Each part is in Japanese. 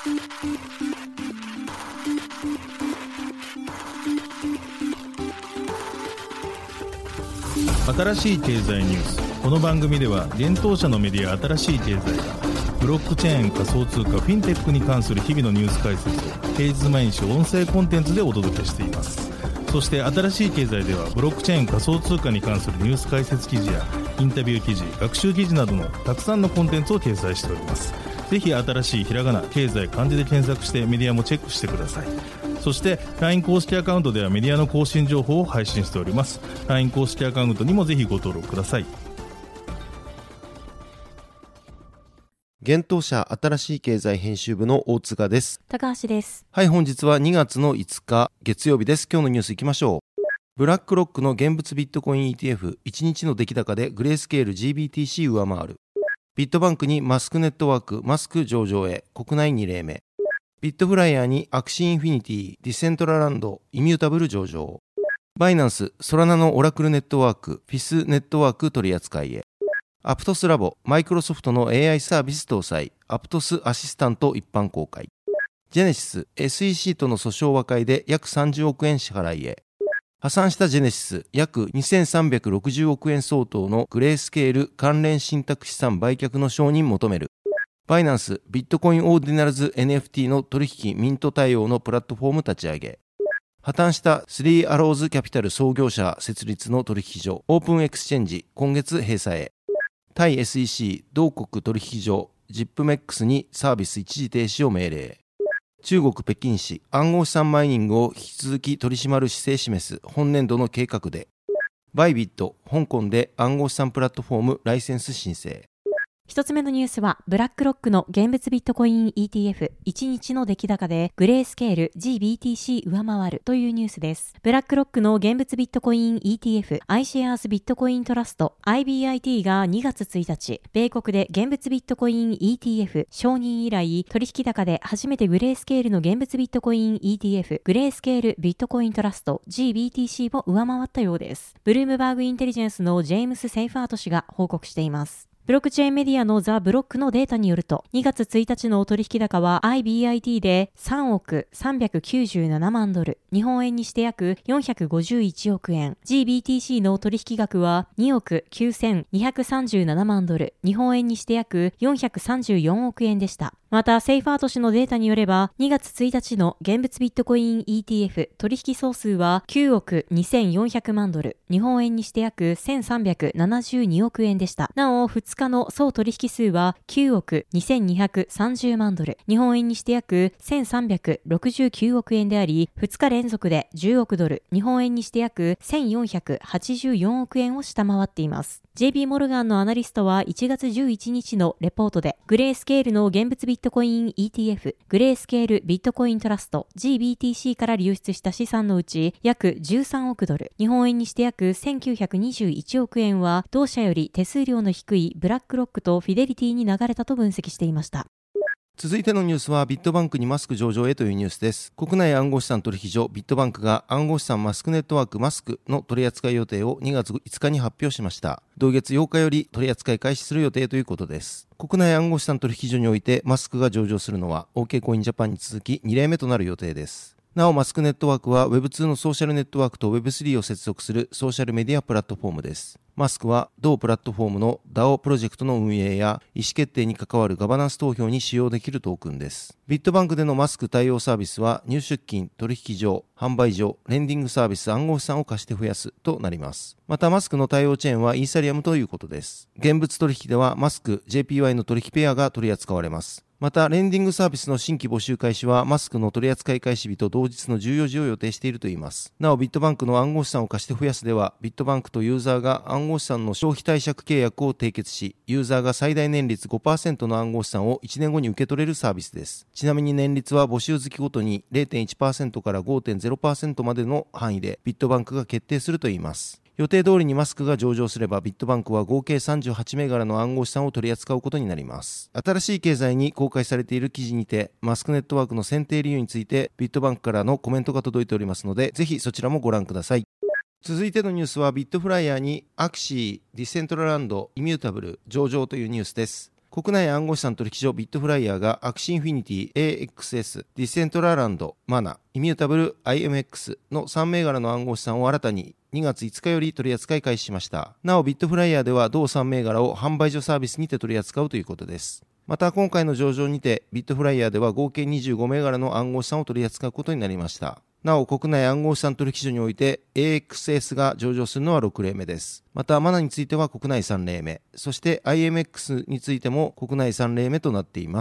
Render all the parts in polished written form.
新しい経済ニュース。この番組では現当社のメディア新しい経済がブロックチェーン、仮想通貨、フィンテックに関する日々のニュース解説を平日毎日音声コンテンツでお届けしています。そして新しい経済ではブロックチェーン、仮想通貨に関するニュース解説記事やインタビュー記事、学習記事などのたくさんのコンテンツを掲載しております。ぜひ新しいひらがな、経済、漢字で検索してメディアもチェックしてください。そして LINE 公式アカウントではメディアの更新情報を配信しております。 LINE 公式アカウントにもぜひご登録ください。 現当社新しい経済編集部の大塚です。 高橋です。 はい、本日は2月の5日月曜日です。今日のニュースいきましょう。ブラックロックの現物ビットコイン ETF1 日の出来高でグレースケール GBTC 上回る。ビットバンクにマスクネットワークマスク上場へ、国内2例目。ビットフライヤーにアクシーインフィニティ、ディセントラランド、イミュータブル上場。バイナンス、ソラナのオラクルネットワーク、フィスネットワーク取り扱いへ。アプトスラボ、マイクロソフトの AI サービス搭載、アプトスアシスタント一般公開。ジェネシス、SEC との訴訟和解で約30億円支払いへ。破産したジェネシス、約2360億円相当のグレースケール関連信託資産売却の承認求める。バイナンス、ビットコインオーディナルズ NFT の取引ミント対応のプラットフォーム立ち上げ。破綻した3アローズキャピタル創業者設立の取引所、オープンエクスチェンジ、今月閉鎖へ。対 SEC 同国取引所、ZIPMEX にサービス一時停止を命令。中国北京市、暗号資産マイニングを引き続き取り締まる姿勢示す本年度の計画で。バイビット、香港で暗号資産プラットフォームライセンス申請。 一つ目のニュースは、ブラックロックの現物ビットコイン ETF1 日の出来高でグレースケール GBTC 上回るというニュースです。ブラックロックの現物ビットコイン ETF iShares ビットコイントラスト IBIT が2月1日、米国で現物ビットコイン ETF 承認以来、取引高で初めてグレースケールの現物ビットコイン ETF グレースケールビットコイントラスト GBTC を上回ったようです。ブルームバーグインテリジェンスのジェームス・セイファート氏が報告しています。ブロックチェーンメディアのザ・ブロックのデータによると、2月1日の取引高は IBIT で3億397万ドル、日本円にして約451億円。GBTC の取引額は2億9237万ドル、日本円にして約434億円でした。また、セイファート氏のデータによれば、2月1日の現物ビットコイン ETF 取引総数は9億2400万ドル、日本円にして約1372億円でした。なお、2日の総取引数は9億2230万ドル、日本円にして約1369億円であり、2日連続で10億ドル、日本円にして約1484億円を下回っています。JP モルガンのアナリストは1月11日のレポートで、グレースケールの現物ビットコイン ETF グレースケールビットコイントラスト GBTC から流出した資産のうち約13億ドル、日本円にして約1921億円は同社より手数料の低いブラックロックとフィデリティに流れたと分析していました。 続いてのニュースはビットバンクにマスク上場へというニュースです。国内暗号資産取引所ビットバンクが暗号資産マスクネットワークマスクの取扱い予定を2月5日に発表しました。同月8日より取扱い開始する予定ということです。国内暗号資産取引所においてマスクが上場するのは OK コインジャパンに続き2例目となる予定です。なお、マスクネットワークは Web2 のソーシャルネットワークと Web3 を接続するソーシャルメディアプラットフォームです。マスクは同プラットフォームの DAO プロジェクトの運営や意思決定に関わるガバナンス投票に使用できるトークンです。ビットバンクでのマスク対応サービスは入出金、取引所、販売所、レンディングサービス、暗号資産を貸して増やすとなります。またマスクの対応チェーンはイーサリアムということです。現物取引ではマスク、JPY の取引ペアが取り扱われます。また、レンディングサービスの新規募集開始はマスクの取扱い開始日と同日の14時を予定しているといいます。なお、ビットバンクの暗号資産を貸して増やすでは、ビットバンクとユーザーが暗号資産の消費貸借契約を締結し、ユーザーが最大年率 5% の暗号資産を1年後に受け取れるサービスです。ちなみに年率は募集月ごとに 0.1% から 5.0% までの範囲でビットバンクが決定するといいます。予定通りにマスクが上場すればビットバンクは合計38銘柄の暗号資産を取り扱うことになります。新しい経済に公開されている記事にてマスクネットワークの選定理由についてビットバンクからのコメントが届いておりますので、ぜひそちらもご覧ください。続いてのニュースはビットフライヤーにアクシー、ディセントラランド、イミュータブル上場というニュースです。 国内暗号資産取引所ビットフライヤーがアクシインフィニティ、AXS、ディセントラランド、マナ、イミュータブル IMX の3銘柄の暗号資産を新たに2月5日より取り扱い開始しました。なおビットフライヤーでは同3銘柄を販売所サービスにて取り扱うということです。また今回の上場にてビットフライヤーでは合計25銘柄の暗号資産を取り扱うことになりました。なお国内暗号資産取引所において AXS が上場するのは6例目です。またマナについては国内3例目、そして IMX についても国内3例目となっています。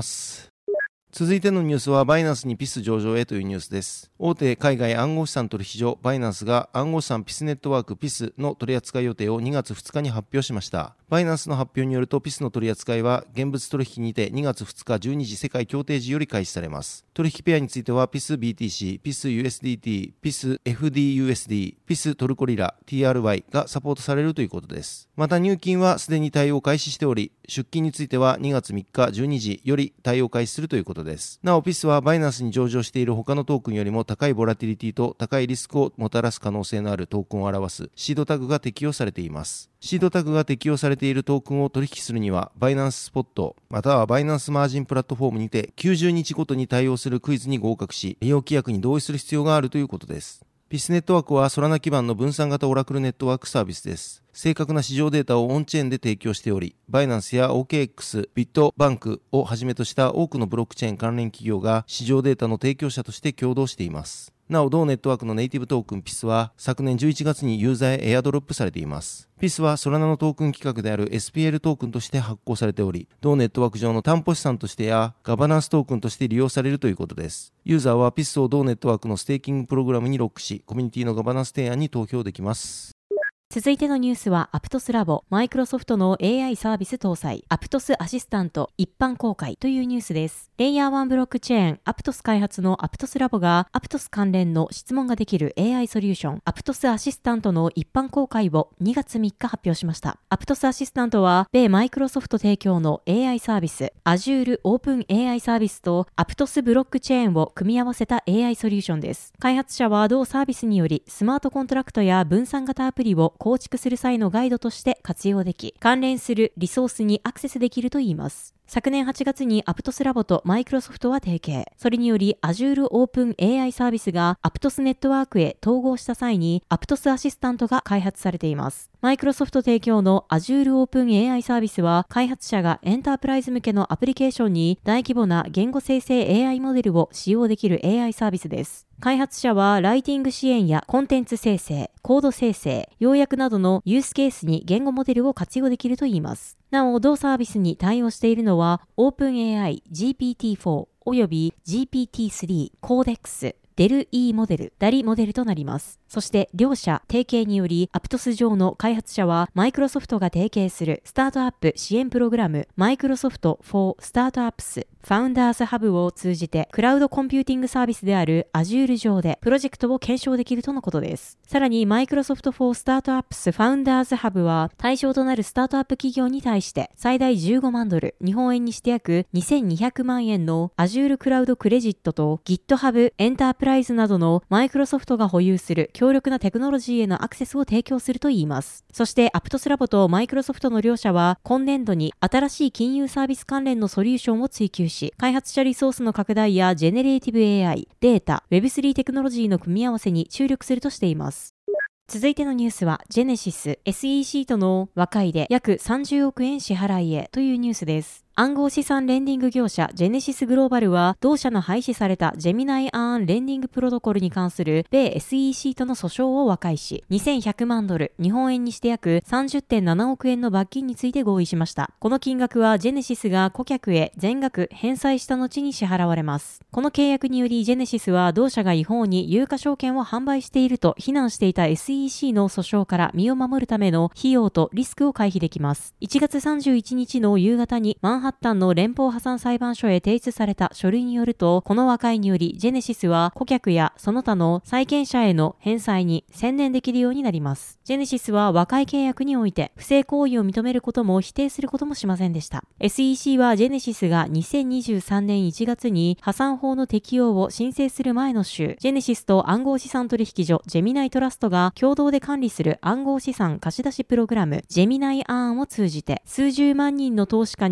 続いてのニュースはバイナンスにピス上場へというニュースです。大手海外暗号資産取引所バイナンスが暗号資産ピスネットワークピスの取扱い予定を2月2日に発表しました。バイナンスの発表によるとピスの取扱いは現物取引にて2月2日12時世界協定時より開始されます。取引ペアについてはピス BTC、ピス USDT、ピス FDUSD、ピストルコリラ、TRY がサポートされるということです。また入金はすでに対応開始しており、出金については2月3日12時より対応開始するということです。なおピスはバイナンスに上場している他のトークンよりも高いボラティリティと高いリスクをもたらす可能性のあるトークンを表すシードタグが適用されています。シードタグが適用されているトークンを取引するにはバイナンススポットまたはバイナンスマージンプラットフォームにて90日ごとに対応するクイズに合格し利用規約に同意する必要があるということです。ピスネットワークはソラナ基盤の分散型オラクルネットワークサービスです。正確な市場データをオンチェーンで提供しており、バイナンスや OKX、ビットバンクをはじめとした多くのブロックチェーン関連企業が市場データの提供者として共同しています。なお同ネットワークのネイティブトークンピスは昨年11月にユーザーへエアドロップされています。ピスはソラナのトークン規格である SPL トークンとして発行されており、同ネットワーク上の担保資産としてやガバナンストークンとして利用されるということです。ユーザーはピスを同ネットワークのステーキングプログラムにロックし、コミュニティのガバナンス提案に投票できます。 続いてのニュースはアプトスラボ、マイクロソフトの AI サービス搭載、アプトスアシスタント一般公開というニュースです。レイヤー1ブロックチェーン、アプトス開発のアプトスラボが、アプトス関連の質問ができる AI ソリューション、アプトスアシスタントの一般公開を2月3日発表しました。アプトスアシスタントは、米マイクロソフト提供の AI サービス、Azure Open AI サービスとアプトスブロックチェーンを組み合わせた AI ソリューションです。開発者は同サービスにより、スマートコントラクトや分散型アプリを構築する際のガイドとして活用でき、関連するリソースにアクセスできるといいます。昨年8月にアプトスラボとマイクロソフトは提携。それにより Azure Open AI サービスがアプトスネットワークへ統合した際にアプトスアシスタントが開発されています。マイクロソフト提供の Azure Open AI サービスは開発者がエンタープライズ向けのアプリケーションに大規模な言語生成 AI モデルを使用できる AI サービスです。開発者はライティング支援やコンテンツ生成、コード生成、要約などのユースケースに言語モデルを活用できるといいます。なお、同サービスに対応しているのは OpenAI GPT-4 および GPT-3 コーデックス、デル E モデル、ダリモデルとなります。そして両社提携によりアプトス上の開発者はマイクロソフトが提携するスタートアップ支援プログラムマイクロソフト for Startups ファウンダーズハブを通じてクラウドコンピューティングサービスである Azure 上でプロジェクトを検証できるとのことです。さらにマイクロソフト for Startups ファウンダーズハブは対象となるスタートアップ企業に対して最大15万ドル、日本円にして約2200万円の Azure クラウドクレジットと GitHub エンタープライズなどのマイクロソフトが保有する強力なテクノロジーへのアクセスを提供するといいます。そしてアプトスラボとマイクロソフトの両社は今年度に新しい金融サービス関連のソリューションを追求し、開発者リソースの拡大やジェネレーティブ AI、データ、Web3 テクノロジーの組み合わせに注力するとしています。続いてのニュースは、ジェネシス SEC との和解で約30億円支払いへというニュースです。暗号資産レンディング業者ジェネシスグローバルは同社の廃止されたジェミナイアーンレンディングプロトコルに関する米 SEC との訴訟を和解し、2100万ドル、日本円にして約 30.7 億円の罰金について合意しました。この金額はジェネシスが顧客へ全額返済した後に支払われます。この契約によりジェネシスは同社が違法に有価証券を販売していると非難していた SEC の訴訟から身を守るための費用とリスクを回避できます。1月31日の夕方にマンハッタンの連邦破産裁判所へ提出された書類によると、この和解によりジェネシスは顧客やその他の債権者への返済に専念できるようになります。ジェネシスは和解契約において不正行為を認めることも否定することもしませんでした。SEC はジェネシスが2023年1月に破産法の適用を申請する前の週、ジェネシスと暗号資産取引所ジェミナイトラストが共同で管理する暗号資産貸し出しプログラムジェミナイアーンを通じて数十万人の投資家に違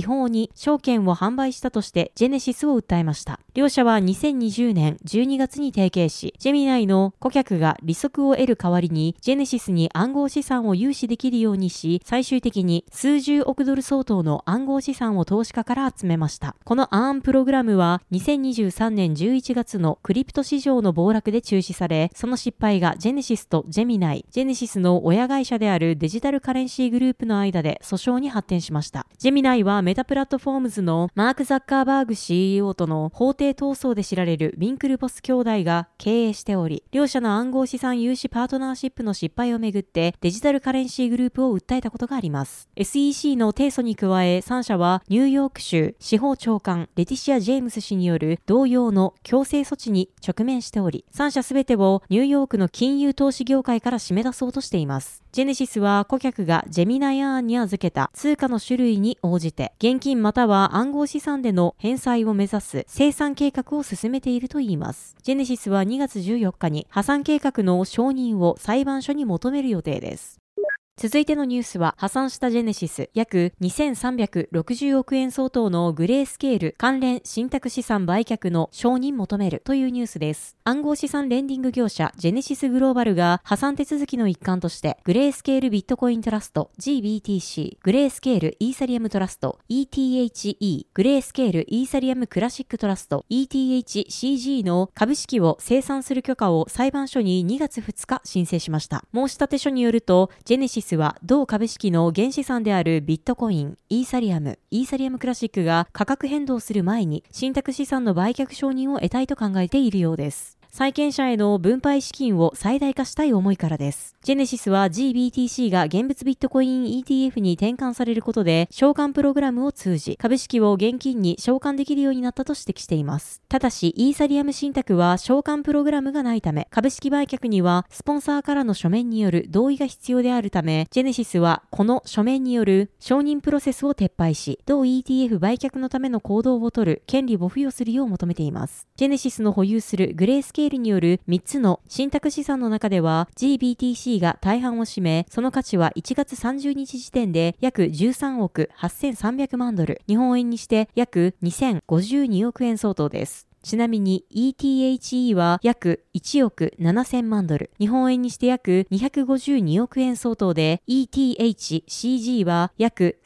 法に証券を販売したとしてジェネシスを訴えました。両社は2020年12月に提携し、ジェミナイの顧客が利息を得る代わりにジェネシスに暗号資産を融資できるようにし、最終的に数十億ドル相当の暗号資産を投資家から集めました。このARMプログラムは2023年11月のクリプト市場の暴落で中止され、その失敗がジェネシスとジェミナイ、ジェネシスの親会社であるデジタルカレンシーグループの間で訴訟に発展しました。ジェミナイはメタプラットフォームズのマーク・ザッカーバーグ CEO との法廷闘争で知られるウィンクルボス兄弟が経営しており、両社の暗号資産融資パートナーシップの失敗をめぐってデジタルカレンシーグループを訴えたことがあります。SEC の提訴に加え、3社はニューヨーク州司法長官レティシア・ジェームス氏による同様の強制措置に直面しており、3社すべてをニューヨークの金融投資業界から締め出そうとしています。ジェネシスは顧客がジェミナイアーンに預けた通貨の種類に応じて現金または暗号資産での返済を目指す清算計画を進めているといいます。ジェネシスは2月14日に破産計画の承認を裁判所に求める予定です。続いてのニュースは、破産したジェネシス約2360億円相当のグレースケール関連信託資産売却の承認求めるというニュースです。暗号資産レンディング業者ジェネシスグローバルが破産手続きの一環としてグレースケールビットコイントラスト GBTC、グレースケールイーサリアムトラスト ETHE、グレースケールイーサリアムクラシックトラスト ETHCG の株式を清算する許可を裁判所に2月2日申請しました。申立書によると、ジェネシスは同株式の原資産であるビットコイン、イーサリアムクラシックが価格変動する前に信託資産の売却承認を得たいと考えているようです。債権者への分配資金を最大化したい思いからです。ジェネシスは GBTC が現物ビットコイン ETF に転換されることで償還プログラムを通じ株式を現金に償還できるようになったと指摘しています。ただしイーサリアム信託は償還プログラムがないため、株式売却にはスポンサーからの書面による同意が必要であるため、ジェネシスはこの書面による承認プロセスを撤廃し、同 ETF 売却のための行動を取る権利を付与するよう求めています。ジェネシスの保有するグレースケールによる3つの信託資産の中では GBTC が大半を占め、その価値は1月30日時点で約13億8300万ドル、日本円にして約2052億円相当です。ちなみに ETHE は約1億7000万ドル、日本円にして約252億円相当で、ETHCG は約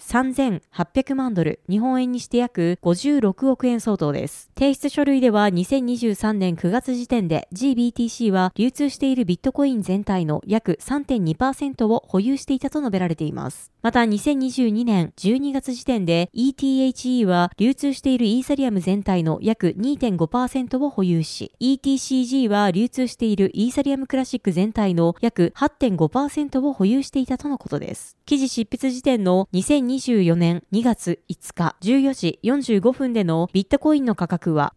3800万ドル、日本円にして約56億円相当です。提出書類では2023年9月時点で GBTC は流通しているビットコイン全体の約 3.2% を保有していたと述べられています。また2022年12月時点で ETHE は流通しているイーサリアム全体の約 2.5% を保有し、ETCG は流通しているイーサリアムクラシック全体の約 8.5% を保有していたとのことです。記事執筆時点の2024年2月5日14時45分でのビットコインの価格は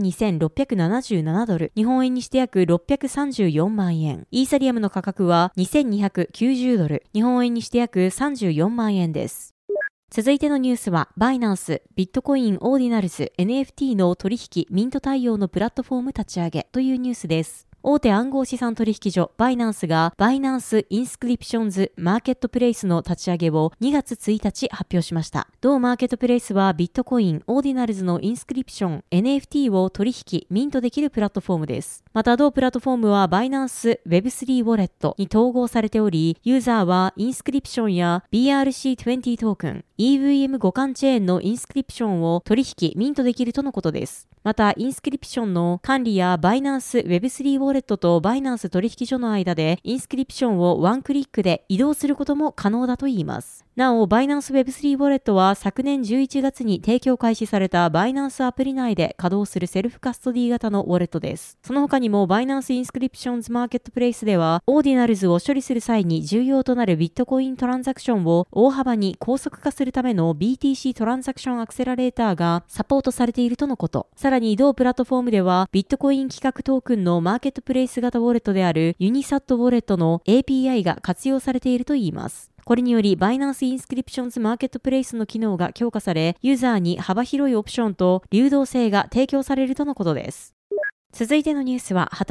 42,677 ドル、日本円にして約634万円。イーサリアムの価格は 2,290 ドル、日本円にして約34万円です。続いてのニュースは、バイナンス、ビットコインオーディナルズ、NFT の取引、ミント対応のプラットフォーム立ち上げというニュースです。大手暗号資産取引所バイナンスがバイナンスインスクリプションズマーケットプレイスの立ち上げを2月1日発表しました。同マーケットプレイスはビットコインオーディナルズのインスクリプション NFT を取引ミントできるプラットフォームです。また同プラットフォームはバイナンス Web3 ウォレットに統合されており、ユーザーはインスクリプションや BRC20 トークン、EVM 互換チェーンのインスクリプションを取引ミントできるとのことです。また、インスクリプションの管理やバイナンス Web3 ウォレットとバイナンス取引所の間でインスクリプションをワンクリックで移動することも可能だといいます。なお、バイナンス Web3 ウォレットは昨年11月に提供開始されたバイナンスアプリ内で稼働するセルフカストディ型のウォレットです。その他にもバイナンスインスクリプションズマーケットプレイスでは、オーディナルズを処理する際に重要となるビットコイントランザクションを大幅に高速化するための BTC トランザクションアクセラレーターがサポートされているとのこと。さらに同プラットフォームでは、ビットコイン規格トークンのマーケットプレイス型ウォレットであるユニサットウォレットの API が活用されているといいます。これにより、バイナンスインスクリプションズマーケットプレイスの機能が強化され、ユーザーに幅広いオプションと流動性が提供されるとのことです。続いてのニュースは、破綻した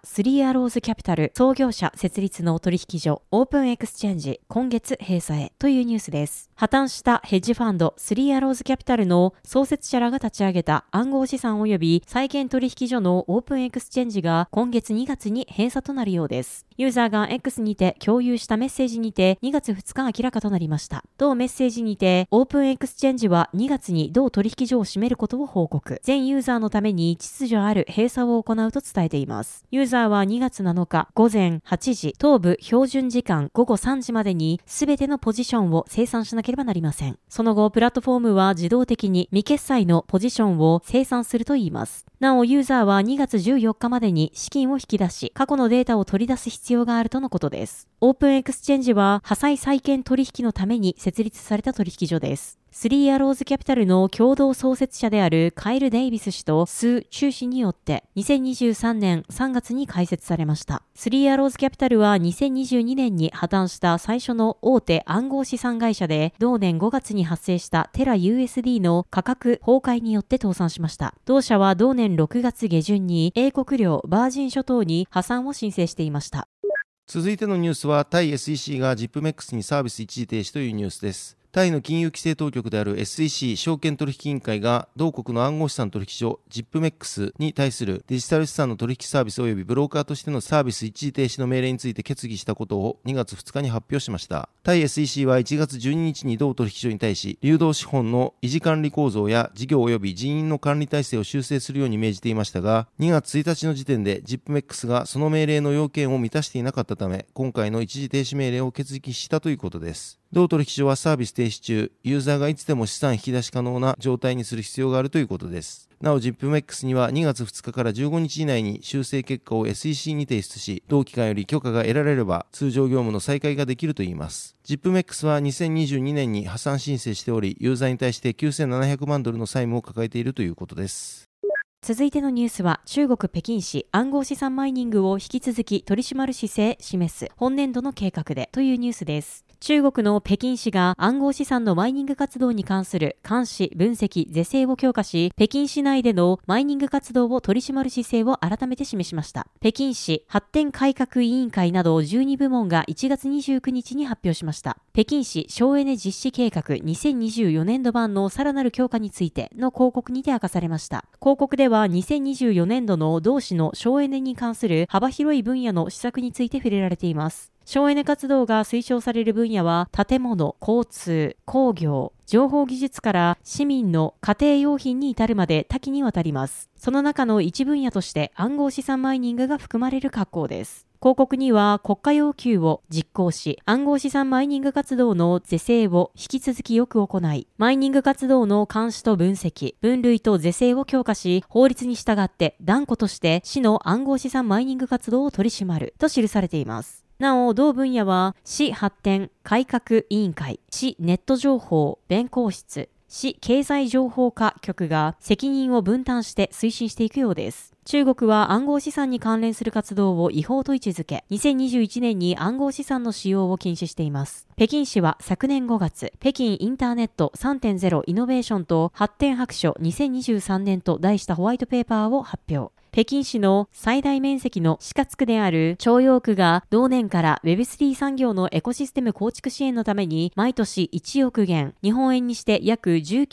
3アローズキャピタル創業者設立の取引所オープンエクスチェンジ今月閉鎖へというニュースです。破綻したヘッジファンド3アローズキャピタルの創設者らが立ち上げた暗号資産及び債券取引所のオープンエクスチェンジが今月2月に閉鎖となるようです。ユーザーが X にて共有したメッセージにて2月2日明らかとなりました。同メッセージにてオープンエクスチェンジは2月に同取引所を閉めることを報告。全ユーザーのために秩序ある閉鎖を行うと伝えています。ユーザーは2月7日午前8時東部標準時間午後3時までに全てのポジションを生産しなければなりません。その後プラットフォームは自動的に未決済のポジションを生産するといいます。なおユーザーは2月14日までに資金を引き出し過去のデータを取り出す必要があるとのことです。オープンエクスチェンジは破砕債券取引のために設立された取引所です。3アローズキャピタルの共同創設者であるカイル・デイビス氏とスー・チュー氏によって2023年3月に開設されました。3アローズキャピタルは2022年に破綻した最初の大手暗号資産会社で同年5月に発生したテラ USD の価格崩壊によって倒産しました。同社は同年6月下旬に英国領バージン諸島に破産を申請していました。 続いてのニュースはタイ SEC が ZipMEX にサービス一時停止というニュースです。タイの金融規制当局である SEC 証券取引委員会が同国の暗号資産取引所 ZipMEX に対するデジタル資産の取引サービス及びブローカーとしてのサービス一時停止の命令について決議したことを2月2日に発表しました。タイ SEC は1月12日に同取引所に対し流動資本の維持管理構造や事業及び人員の管理体制を修正するように命じていましたが、2月1日の時点で ZipMEX がその命令の要件を満たしていなかったため、今回の一時停止命令を決議したということです。同取引所はサービス停止中、ユーザーがいつでも資産引き出し可能な状態にする必要があるということです。なお ZipMEX には2月2日から15日以内に修正結果を SEC に提出し、同期間より許可が得られれば通常業務の再開ができるといいます。ZipMEX は2022年に破産申請しており、ユーザーに対して9700万ドルの債務を抱えているということです。 続いてのニュースは中国北京市暗号資産マイニングを引き続き取り締まる姿勢示す本年度の計画でというニュースです。中国の北京市が暗号資産のマイニング活動に関する監視、分析、是正を強化し、北京市内でのマイニング活動を取り締まる姿勢を改めて示しました。北京市発展改革委員会など12部門が1月29日に発表しました。北京市省エネ実施計画2024年度版のさらなる強化についての広告にて明かされました。広告では2024年度の同市の省エネに関する幅広い分野の施策について触れられています。省エネ活動が推奨される分野は建物、交通、工業、情報技術から市民の家庭用品に至るまで多岐にわたります。その中の一分野として暗号資産マイニングが含まれる格好です。広告には国家要求を実行し、暗号資産マイニング活動の是正を引き続きよく行い、マイニング活動の監視と分析、分類と是正を強化し、法律に従って断固として市の暗号資産マイニング活動を取り締まると記されています。なお、同分野は市発展改革委員会、市ネット情報弁公室、市経済情報課局が責任を分担して推進していくようです。中国は暗号資産に関連する活動を違法と位置づけ、2021年に暗号資産の使用を禁止しています。北京市は昨年5月、北京インターネット 3.0 イノベーションと発展白書2023年と題したホワイトペーパーを発表。北京市の最大面積の死活区である朝陽区が同年から Web3 産業のエコシステム構築支援のために毎年1億元、日本円にして約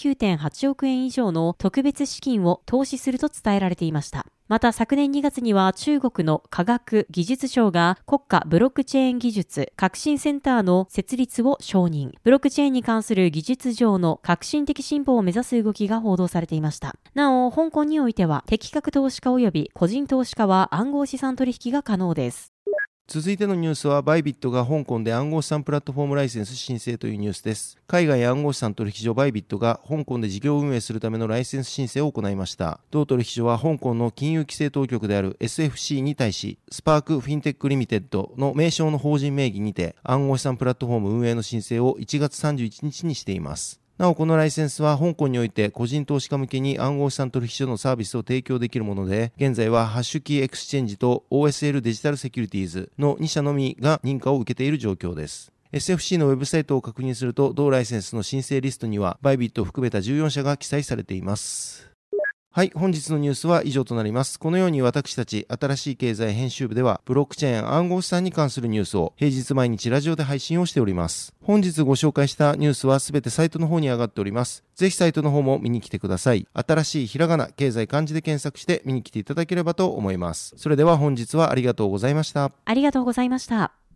19.8 億円以上の特別資金を投資すると伝えられていました。また昨年2月には中国の科学技術省が国家ブロックチェーン技術革新センターの設立を承認。ブロックチェーンに関する技術上の革新的進歩を目指す動きが報道されていました。なお、香港においては適格投資家及び個人投資家は暗号資産取引が可能です。 続いてのニュースはバイビットが香港で暗号資産プラットフォームライセンス申請というニュースです。海外暗号資産取引所バイビットが香港で事業運営するためのライセンス申請を行いました。同取引所は香港の金融規制当局である SFC に対し、スパークフィンテックリミテッドの名称の法人名義にて暗号資産プラットフォーム運営の申請を1月31日にしています。なお、このライセンスは香港において個人投資家向けに暗号資産取引所のサービスを提供できるもので、現在はハッシュキーエクスチェンジと OSL デジタルセキュリティーズの2社のみが認可を受けている状況です。SFC のウェブサイトを確認すると、同ライセンスの申請リストにはバイビットを含めた14社が記載されています。 はい、本日のニュースは以上となります。このように私たち新しい経済編集部ではブロックチェーン暗号資産に関するニュースを平日毎日ラジオで配信をしております。本日ご紹介したニュースはすべてサイトの方に上がっております。ぜひサイトの方も見に来てください。新しいひらがな経済漢字で検索して見に来ていただければと思います。それでは本日はありがとうございました。 ありがとうございました。